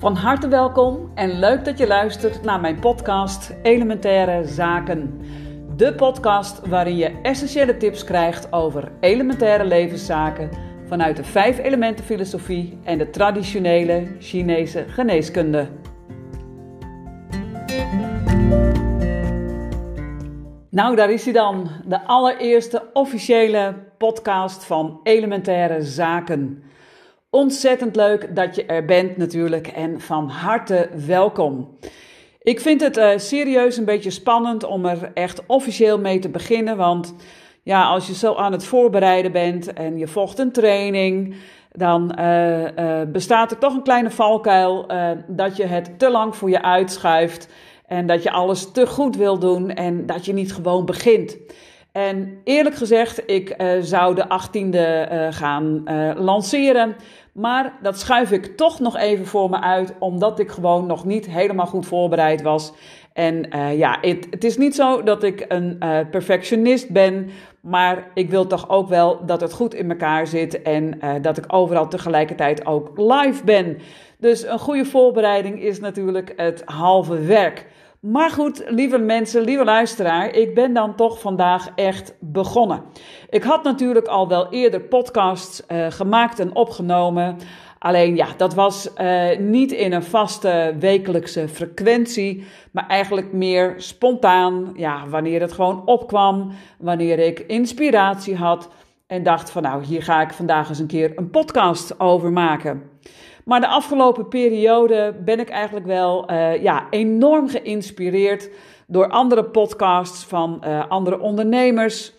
Van harte welkom en leuk dat je luistert naar mijn podcast Elementaire Zaken. De podcast waarin je essentiële tips krijgt over elementaire levenszaken vanuit de 5 elementen filosofie en de traditionele Chinese geneeskunde. Nou, daar is hij dan, de allereerste officiële podcast van Elementaire Zaken. Ontzettend leuk dat je er bent natuurlijk en van harte welkom. Ik vind het serieus een beetje spannend om er echt officieel mee te beginnen, want ja, als je zo aan het voorbereiden bent en je volgt een training, dan bestaat er toch een kleine valkuil dat je het te lang voor je uitschuift en dat je alles te goed wil doen en dat je niet gewoon begint. En eerlijk gezegd, ik zou de 18e gaan lanceren, maar dat schuif ik toch nog even voor me uit, omdat ik gewoon nog niet helemaal goed voorbereid was. En het is niet zo dat ik een perfectionist ben, maar ik wil toch ook wel dat het goed in elkaar zit en dat ik overal tegelijkertijd ook live ben. Dus een goede voorbereiding is natuurlijk het halve werk. Maar goed, lieve mensen, lieve luisteraar, ik ben dan toch vandaag echt begonnen. Ik had natuurlijk al wel eerder podcasts gemaakt en opgenomen. Alleen ja, dat was niet in een vaste wekelijkse frequentie, maar eigenlijk meer spontaan. Ja, wanneer het gewoon opkwam, wanneer ik inspiratie had en dacht van nou, hier ga ik vandaag eens een keer een podcast over maken. Maar de afgelopen periode ben ik eigenlijk wel enorm geïnspireerd door andere podcasts van andere ondernemers.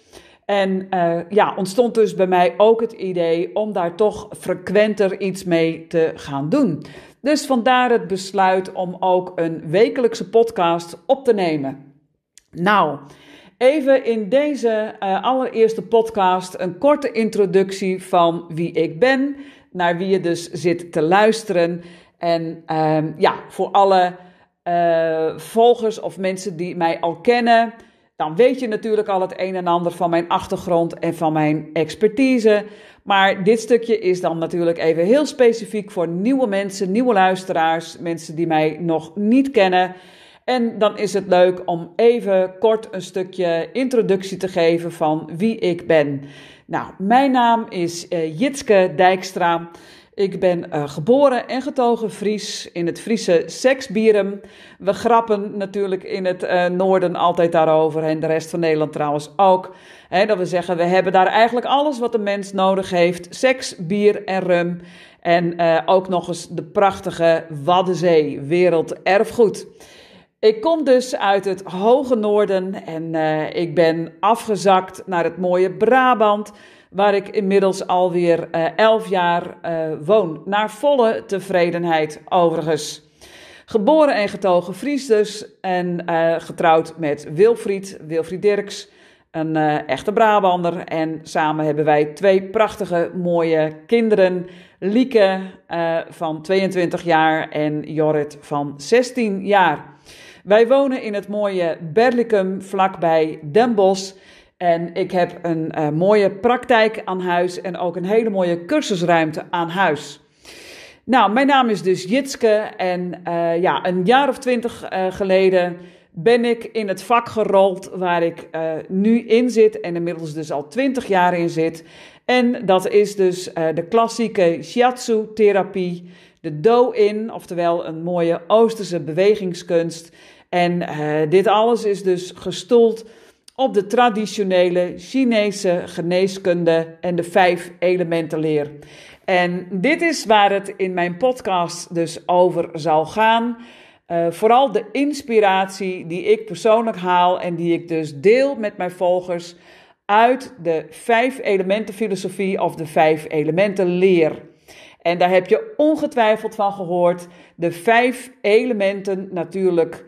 En ontstond dus bij mij ook het idee om daar toch frequenter iets mee te gaan doen. Dus vandaar het besluit om ook een wekelijkse podcast op te nemen. Nou, even in deze allereerste podcast een korte introductie van wie ik ben, naar wie je dus zit te luisteren. En voor alle volgers of mensen die mij al kennen, dan weet je natuurlijk al het een en ander van mijn achtergrond en van mijn expertise. Maar dit stukje is dan natuurlijk even heel specifiek voor nieuwe mensen, nieuwe luisteraars, mensen die mij nog niet kennen. En dan is het leuk om even kort een stukje introductie te geven van wie ik ben. Nou, mijn naam is Jitske Dijkstra. Ik ben geboren en getogen Fries in het Friese Seksbierum. We grappen natuurlijk in het noorden altijd daarover en de rest van Nederland trouwens ook. Dat we zeggen, we hebben daar eigenlijk alles wat de mens nodig heeft. Seks, bier en rum. En ook nog eens de prachtige Waddenzee, werelderfgoed. Ik kom dus uit het hoge noorden en ik ben afgezakt naar het mooie Brabant, waar ik inmiddels alweer 11 jaar woon. Naar volle tevredenheid overigens. Geboren en getogen Fries dus en getrouwd met Wilfried Dirks, een echte Brabander. En samen hebben wij 2 prachtige mooie kinderen. Lieke van 22 jaar en Jorrit van 16 jaar. Wij wonen in het mooie Berlicum vlakbij Den Bosch. En ik heb een mooie praktijk aan huis en ook een hele mooie cursusruimte aan huis. Nou, mijn naam is dus Jitske en een jaar of 20 geleden ben ik in het vak gerold waar ik nu in zit en inmiddels dus al 20 jaar in zit. En dat is dus de klassieke shiatsu-therapie, de Do-in, oftewel een mooie Oosterse bewegingskunst. En dit alles is dus gestoeld op de traditionele Chinese geneeskunde en de 5 elementenleer. En dit is waar het in mijn podcast dus over zal gaan. Vooral de inspiratie die ik persoonlijk haal en die ik dus deel met mijn volgers uit de 5 elementen filosofie of de 5 elementen leer. En daar heb je ongetwijfeld van gehoord. De 5 elementen natuurlijk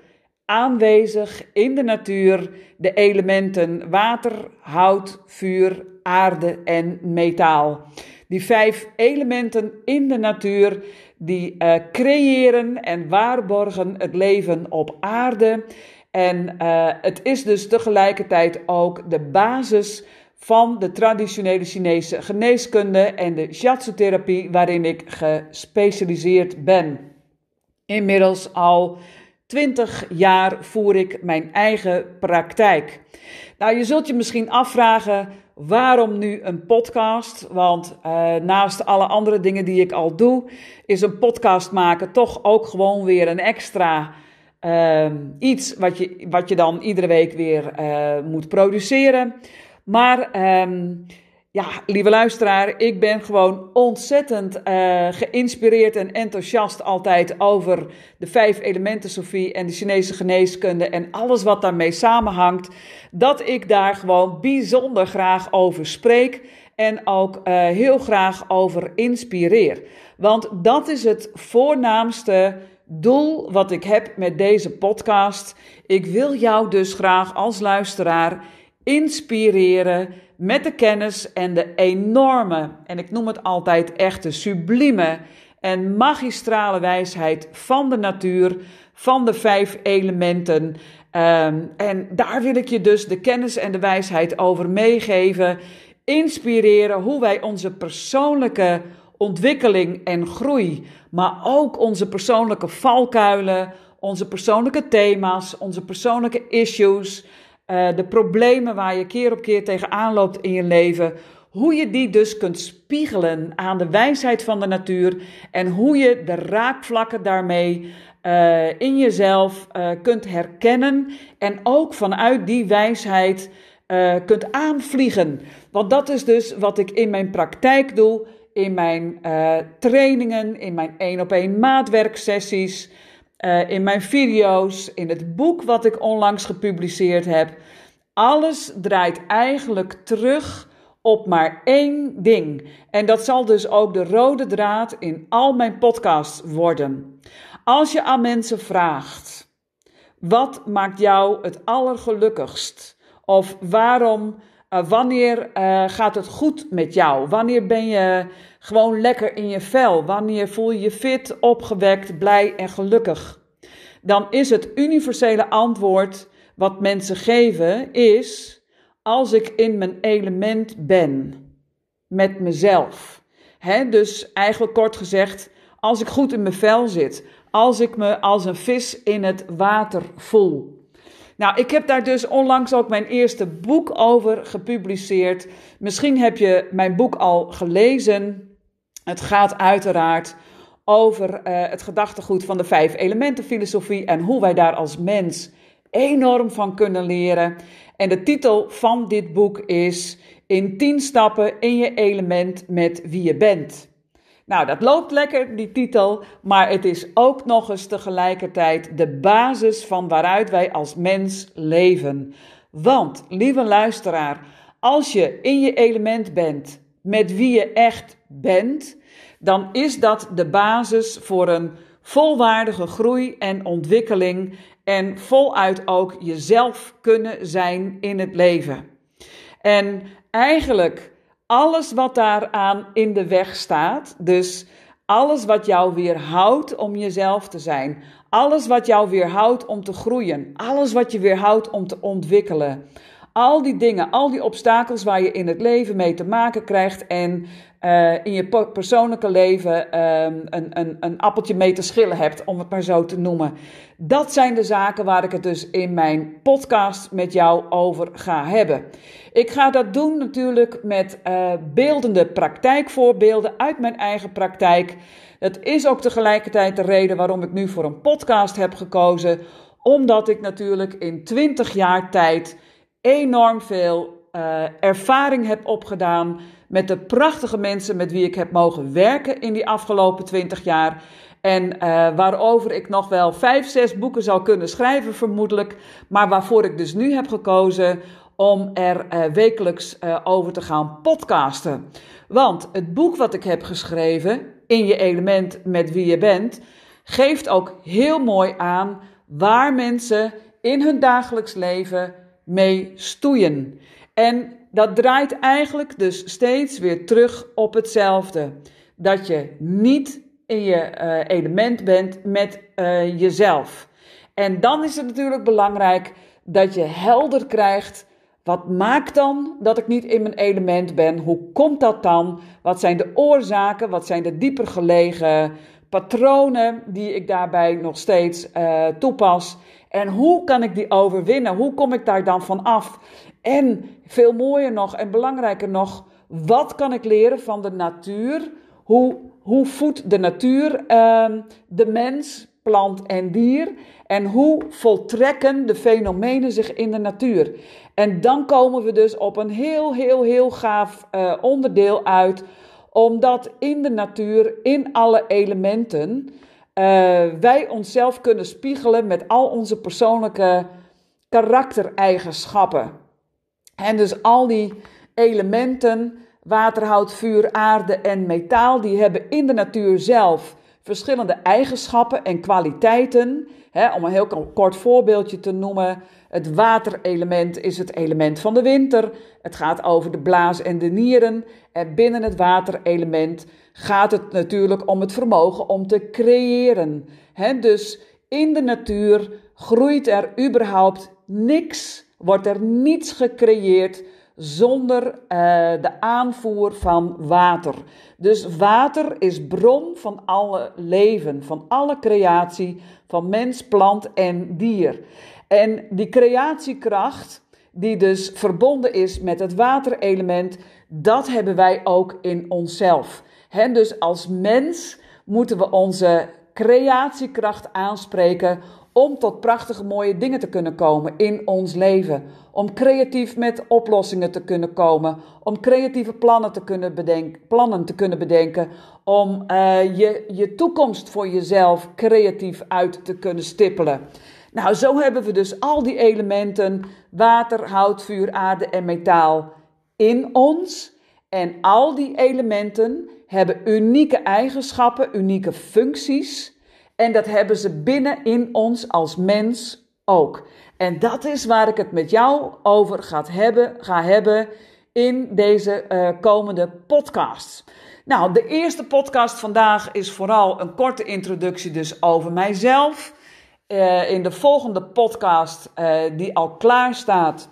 aanwezig in de natuur. De elementen water, hout, vuur, aarde en metaal. Die 5 elementen in de natuur die creëren en waarborgen het leven op aarde. En het is dus tegelijkertijd ook de basis van de traditionele Chinese geneeskunde en de shiatsu-therapie waarin ik gespecialiseerd ben. Inmiddels al 20 jaar voer ik mijn eigen praktijk. Nou, je zult je misschien afvragen, waarom nu een podcast? Want naast alle andere dingen die ik al doe, is een podcast maken toch ook gewoon weer een extra iets wat je dan iedere week weer moet produceren. Maar ja, lieve luisteraar, ik ben gewoon ontzettend geïnspireerd en enthousiast altijd over de 5 elementen Sophie en de Chinese geneeskunde en alles wat daarmee samenhangt, dat ik daar gewoon bijzonder graag over spreek en ook heel graag over inspireer. Want dat is het voornaamste doel wat ik heb met deze podcast. Ik wil jou dus graag als luisteraar inspireren met de kennis en de enorme, en ik noem het altijd echt de sublieme en magistrale wijsheid van de natuur, van de 5 elementen. En daar wil ik je dus de kennis en de wijsheid over meegeven, inspireren hoe wij onze persoonlijke ontwikkeling en groei, maar ook onze persoonlijke valkuilen, onze persoonlijke thema's, onze persoonlijke issues, de problemen waar je keer op keer tegenaan loopt in je leven, hoe je die dus kunt spiegelen aan de wijsheid van de natuur en hoe je de raakvlakken daarmee in jezelf kunt herkennen en ook vanuit die wijsheid kunt aanvliegen. Want dat is dus wat ik in mijn praktijk doe, in mijn trainingen, in mijn 1-op-1 maatwerksessies, in mijn video's, in het boek wat ik onlangs gepubliceerd heb. Alles draait eigenlijk terug op maar 1 ding. En dat zal dus ook de rode draad in al mijn podcasts worden. Als je aan mensen vraagt, wat maakt jou het allergelukkigst? Of wanneer gaat het goed met jou? Wanneer ben je gewoon lekker in je vel? Wanneer voel je je fit, opgewekt, blij en gelukkig? Dan is het universele antwoord wat mensen geven is, als ik in mijn element ben, met mezelf. Dus eigenlijk kort gezegd, als ik goed in mijn vel zit, als ik me als een vis in het water voel. Nou, ik heb daar dus onlangs ook mijn eerste boek over gepubliceerd. Misschien heb je mijn boek al gelezen. Het gaat uiteraard over het gedachtegoed van de 5 elementen filosofie en hoe wij daar als mens enorm van kunnen leren. En de titel van dit boek is In 10 stappen in je element met wie je bent. Nou, dat loopt lekker, die titel, maar het is ook nog eens tegelijkertijd de basis van waaruit wij als mens leven. Want, lieve luisteraar, als je in je element bent met wie je echt bent, dan is dat de basis voor een volwaardige groei en ontwikkeling en voluit ook jezelf kunnen zijn in het leven. En eigenlijk alles wat daaraan in de weg staat, dus alles wat jou weerhoudt om jezelf te zijn, alles wat jou weerhoudt om te groeien, alles wat je weerhoudt om te ontwikkelen, al die dingen, al die obstakels waar je in het leven mee te maken krijgt en in je persoonlijke leven een appeltje mee te schillen hebt, om het maar zo te noemen. Dat zijn de zaken waar ik het dus in mijn podcast met jou over ga hebben. Ik ga dat doen natuurlijk met beeldende praktijkvoorbeelden uit mijn eigen praktijk. Het is ook tegelijkertijd de reden waarom ik nu voor een podcast heb gekozen, omdat ik natuurlijk in 20 jaar tijd enorm veel ervaring heb opgedaan met de prachtige mensen met wie ik heb mogen werken in die afgelopen 20 jaar. En waarover ik nog wel 5, 6 boeken zou kunnen schrijven vermoedelijk. Maar waarvoor ik dus nu heb gekozen om er wekelijks over te gaan podcasten. Want het boek wat ik heb geschreven, In je element met wie je bent, geeft ook heel mooi aan waar mensen in hun dagelijks leven mee stoeien. En dat draait eigenlijk dus steeds weer terug op hetzelfde. Dat je niet in je element bent met jezelf. En dan is het natuurlijk belangrijk dat je helder krijgt, wat maakt dan dat ik niet in mijn element ben? Hoe komt dat dan? Wat zijn de oorzaken? Wat zijn de dieper gelegen patronen die ik daarbij nog steeds toepas? En hoe kan ik die overwinnen? Hoe kom ik daar dan van af? En veel mooier nog en belangrijker nog, wat kan ik leren van de natuur? Hoe voedt de natuur de mens, plant en dier? En hoe voltrekken de fenomenen zich in de natuur? En dan komen we dus op een heel gaaf onderdeel uit, omdat in de natuur, in alle elementen, wij onszelf kunnen spiegelen met al onze persoonlijke karaktereigenschappen. En dus al die elementen, water, hout, vuur, aarde en metaal, die hebben in de natuur zelf verschillende eigenschappen en kwaliteiten. Om een heel kort voorbeeldje te noemen. Het waterelement is het element van de winter. Het gaat over de blaas en de nieren. En binnen het waterelement gaat het natuurlijk om het vermogen om te creëren. Dus in de natuur groeit er überhaupt niks, wordt er niets gecreëerd zonder de aanvoer van water. Dus water is bron van alle leven, van alle creatie, van mens, plant en dier. En die creatiekracht, die dus verbonden is met het waterelement, dat hebben wij ook in onszelf. Dus als mens moeten we onze creatiekracht aanspreken om tot prachtige mooie dingen te kunnen komen in ons leven. Om creatief met oplossingen te kunnen komen. Om creatieve plannen te kunnen bedenken. Om je toekomst voor jezelf creatief uit te kunnen stippelen. Nou, zo hebben we dus al die elementen, water, hout, vuur, aarde en metaal in ons. En al die elementen hebben unieke eigenschappen, unieke functies. En dat hebben ze binnenin ons als mens ook. En dat is waar ik het met jou over ga hebben in deze komende podcasts. Nou, de eerste podcast vandaag is vooral een korte introductie dus over mijzelf. In de volgende podcast die al klaar staat,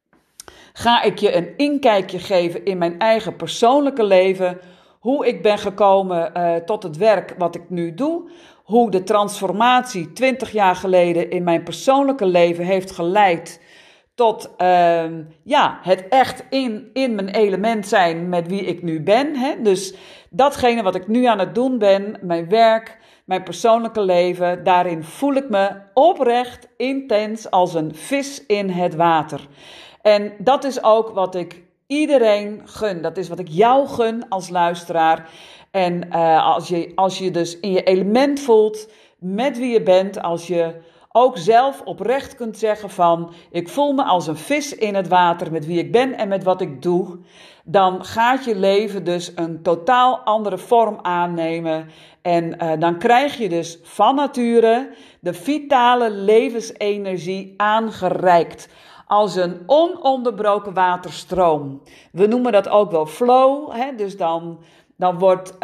ga ik je een inkijkje geven in mijn eigen persoonlijke leven. Hoe ik ben gekomen tot het werk wat ik nu doe. Hoe de transformatie 20 jaar geleden in mijn persoonlijke leven heeft geleid tot het echt in mijn element zijn met wie ik nu ben. Dus datgene wat ik nu aan het doen ben, mijn werk, mijn persoonlijke leven, daarin voel ik me oprecht, intens als een vis in het water. En dat is ook wat ik iedereen gun. Dat is wat ik jou gun als luisteraar. En als je dus in je element voelt met wie je bent, als je ook zelf oprecht kunt zeggen van ik voel me als een vis in het water met wie ik ben en met wat ik doe, dan gaat je leven dus een totaal andere vorm aannemen. En dan krijg je dus van nature de vitale levensenergie aangereikt. Als een ononderbroken waterstroom. We noemen dat ook wel flow. Dus dan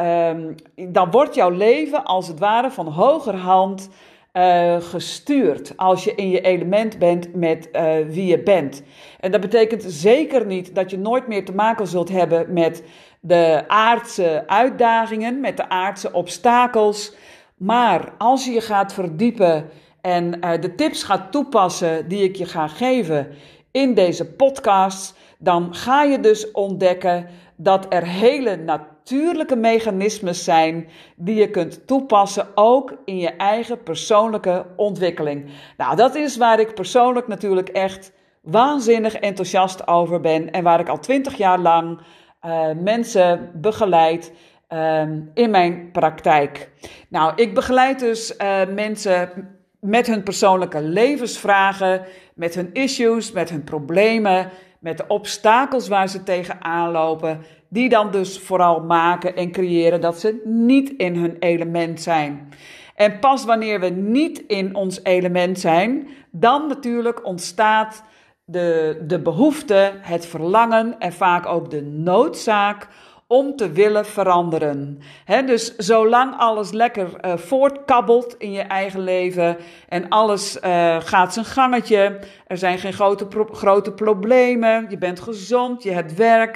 wordt jouw leven als het ware van hogerhand gestuurd. Als je in je element bent met wie je bent. En dat betekent zeker niet dat je nooit meer te maken zult hebben met de aardse uitdagingen, met de aardse obstakels. Maar als je je gaat verdiepen en de tips gaat toepassen die ik je ga geven in deze podcast, dan ga je dus ontdekken dat er hele natuurlijke mechanismes zijn die je kunt toepassen ook in je eigen persoonlijke ontwikkeling. Nou, dat is waar ik persoonlijk natuurlijk echt waanzinnig enthousiast over ben en waar ik al 20 jaar lang mensen begeleid in mijn praktijk. Nou, ik begeleid dus mensen met hun persoonlijke levensvragen, met hun issues, met hun problemen, met de obstakels waar ze tegenaan lopen, die dan dus vooral maken en creëren dat ze niet in hun element zijn. En pas wanneer we niet in ons element zijn, dan natuurlijk ontstaat de behoefte, het verlangen en vaak ook de noodzaak om te willen veranderen. Dus zolang alles lekker voortkabbelt in je eigen leven en alles gaat zijn gangetje, er zijn geen grote problemen, je bent gezond, je hebt werk,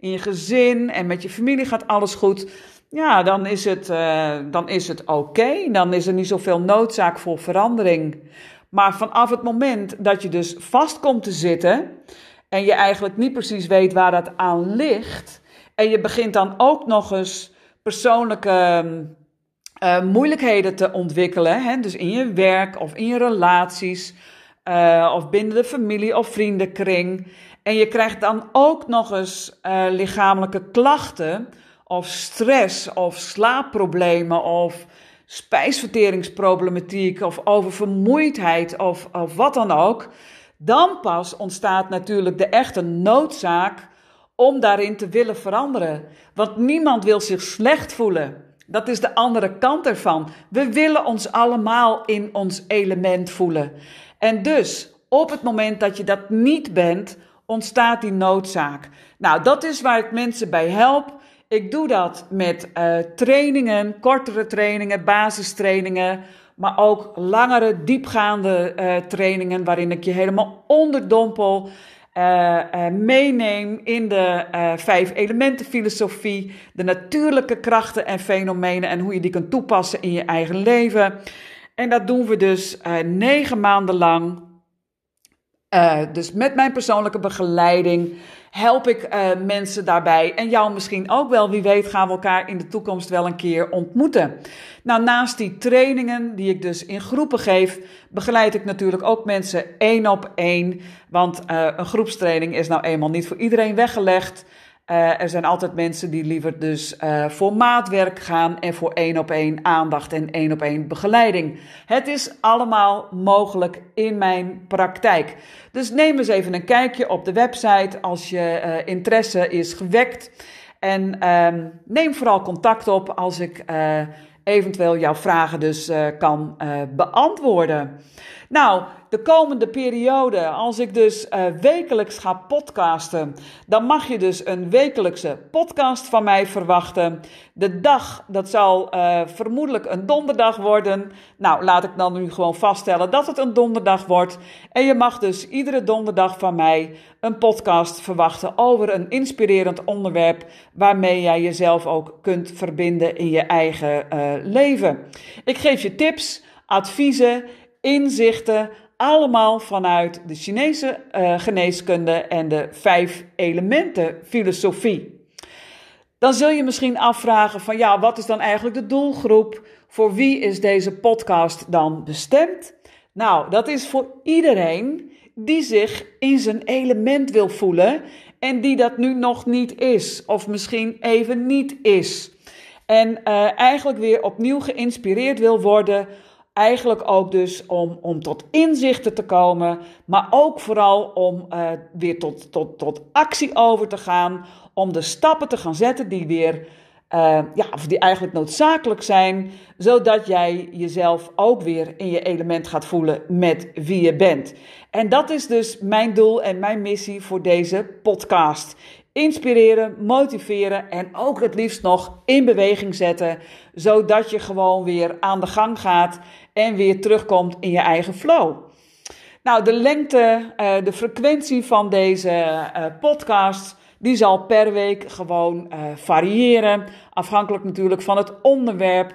in je gezin en met je familie gaat alles goed, ja, dan is het oké. Dan is er niet zoveel noodzaak voor verandering. Maar vanaf het moment dat je dus vast komt te zitten en je eigenlijk niet precies weet waar dat aan ligt, en je begint dan ook nog eens persoonlijke moeilijkheden te ontwikkelen, hè? Dus in je werk of in je relaties, of binnen de familie of vriendenkring. En je krijgt dan ook nog eens lichamelijke klachten of stress of slaapproblemen of spijsverteringsproblematiek of oververmoeidheid of wat dan ook. Dan pas ontstaat natuurlijk de echte noodzaak om daarin te willen veranderen. Want niemand wil zich slecht voelen. Dat is de andere kant ervan. We willen ons allemaal in ons element voelen. En dus, op het moment dat je dat niet bent, ontstaat die noodzaak. Nou, dat is waar ik mensen bij help. Ik doe dat met trainingen, kortere trainingen, basistrainingen, maar ook langere, diepgaande trainingen, waarin ik je helemaal onderdompel, meeneem in de 5 elementen filosofie, de natuurlijke krachten en fenomenen en hoe je die kunt toepassen in je eigen leven. En dat doen we dus 9 maanden lang. Dus met mijn persoonlijke begeleiding help ik mensen daarbij. En jou misschien ook wel. Wie weet gaan we elkaar in de toekomst wel een keer ontmoeten. Nou, naast die trainingen die ik dus in groepen geef, begeleid ik natuurlijk ook mensen 1 op 1. Want een groepstraining is nou eenmaal niet voor iedereen weggelegd. Er zijn altijd mensen die liever dus voor maatwerk gaan en voor 1 op 1 aandacht en 1 op 1 begeleiding. Het is allemaal mogelijk in mijn praktijk. Dus neem eens even een kijkje op de website als je interesse is gewekt. En neem vooral contact op als ik eventueel jouw vragen dus kan beantwoorden. Nou, de komende periode, als ik dus wekelijks ga podcasten, dan mag je dus een wekelijkse podcast van mij verwachten. De dag, dat zal vermoedelijk een donderdag worden. Nou, laat ik dan nu gewoon vaststellen dat het een donderdag wordt. En je mag dus iedere donderdag van mij een podcast verwachten over een inspirerend onderwerp waarmee jij jezelf ook kunt verbinden in je eigen leven. Ik geef je tips, adviezen, inzichten, allemaal vanuit de Chinese geneeskunde en de 5 elementen filosofie. Dan zul je misschien afvragen van ja, wat is dan eigenlijk de doelgroep? Voor wie is deze podcast dan bestemd? Nou, dat is voor iedereen die zich in zijn element wil voelen en die dat nu nog niet is of misschien even niet is. En eigenlijk weer opnieuw geïnspireerd wil worden. Eigenlijk ook dus om tot inzichten te komen, maar ook vooral om weer tot actie over te gaan, om de stappen te gaan zetten die weer, of die eigenlijk noodzakelijk zijn, zodat jij jezelf ook weer in je element gaat voelen met wie je bent. En dat is dus mijn doel en mijn missie voor deze podcast. Inspireren, motiveren en ook het liefst nog in beweging zetten, zodat je gewoon weer aan de gang gaat en weer terugkomt in je eigen flow. Nou, de lengte, de frequentie van deze podcast, die zal per week gewoon variëren, afhankelijk natuurlijk van het onderwerp.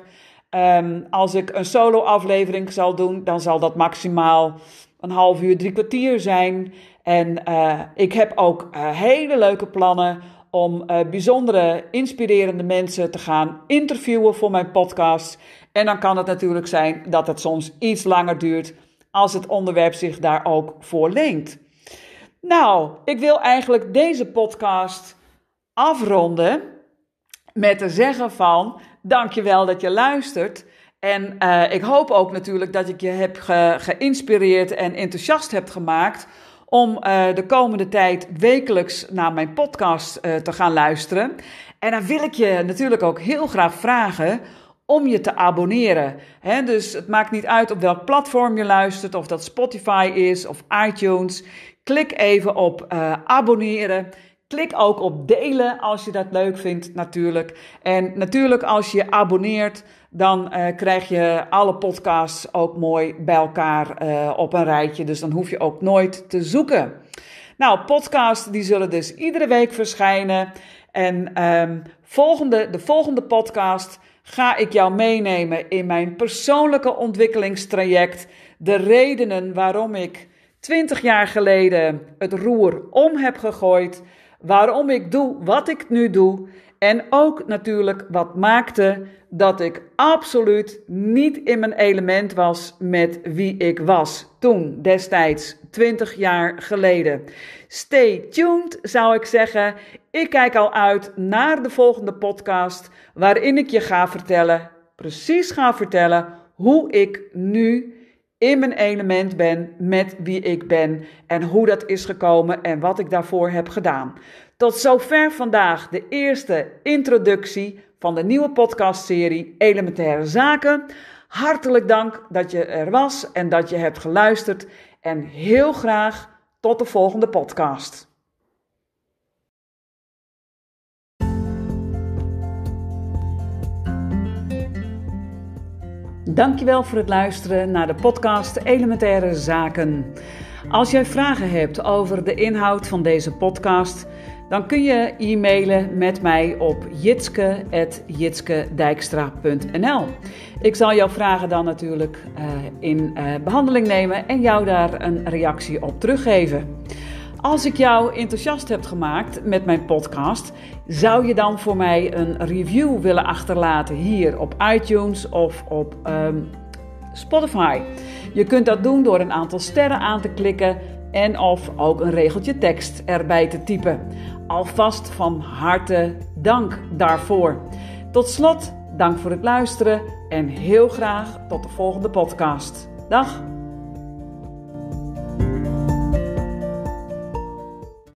Als ik een solo aflevering zal doen, dan zal dat maximaal een half uur, 3 kwartier zijn. En ik heb ook hele leuke plannen om bijzondere, inspirerende mensen te gaan interviewen voor mijn podcast. En dan kan het natuurlijk zijn dat het soms iets langer duurt als het onderwerp zich daar ook voor leent. Nou, ik wil eigenlijk deze podcast afronden met te zeggen van dankjewel dat je luistert. En ik hoop ook natuurlijk dat ik je heb geïnspireerd en enthousiast heb gemaakt om de komende tijd wekelijks naar mijn podcast te gaan luisteren. En dan wil ik je natuurlijk ook heel graag vragen om je te abonneren. Dus het maakt niet uit op welk platform je luistert, of dat Spotify is of iTunes. Klik even op abonneren. Klik ook op delen als je dat leuk vindt natuurlijk. En natuurlijk als je je abonneert, dan krijg je alle podcasts ook mooi bij elkaar op een rijtje. Dus dan hoef je ook nooit te zoeken. Nou, podcasts die zullen dus iedere week verschijnen. En de volgende podcast ga ik jou meenemen in mijn persoonlijke ontwikkelingstraject. De redenen waarom ik 20 jaar geleden het roer om heb gegooid. Waarom ik doe wat ik nu doe. En ook natuurlijk wat maakte dat ik absoluut niet in mijn element was met wie ik was toen, destijds, 20 jaar geleden. Stay tuned, zou ik zeggen. Ik kijk al uit naar de volgende podcast, waarin ik je precies ga vertellen hoe ik nu in mijn element ben met wie ik ben en hoe dat is gekomen en wat ik daarvoor heb gedaan. Tot zover vandaag de eerste introductie van de nieuwe podcastserie Elementaire Zaken. Hartelijk dank dat je er was en dat je hebt geluisterd. En heel graag tot de volgende podcast. Dankjewel voor het luisteren naar de podcast Elementaire Zaken. Als jij vragen hebt over de inhoud van deze podcast, dan kun je e-mailen met mij op jitske@jitskedijkstra.nl. Ik zal jouw vragen dan natuurlijk in behandeling nemen en jou daar een reactie op teruggeven. Als ik jou enthousiast heb gemaakt met mijn podcast, zou je dan voor mij een review willen achterlaten hier op iTunes of op Spotify. Je kunt dat doen door een aantal sterren aan te klikken en of ook een regeltje tekst erbij te typen. Alvast van harte dank daarvoor. Tot slot, dank voor het luisteren en heel graag tot de volgende podcast. Dag!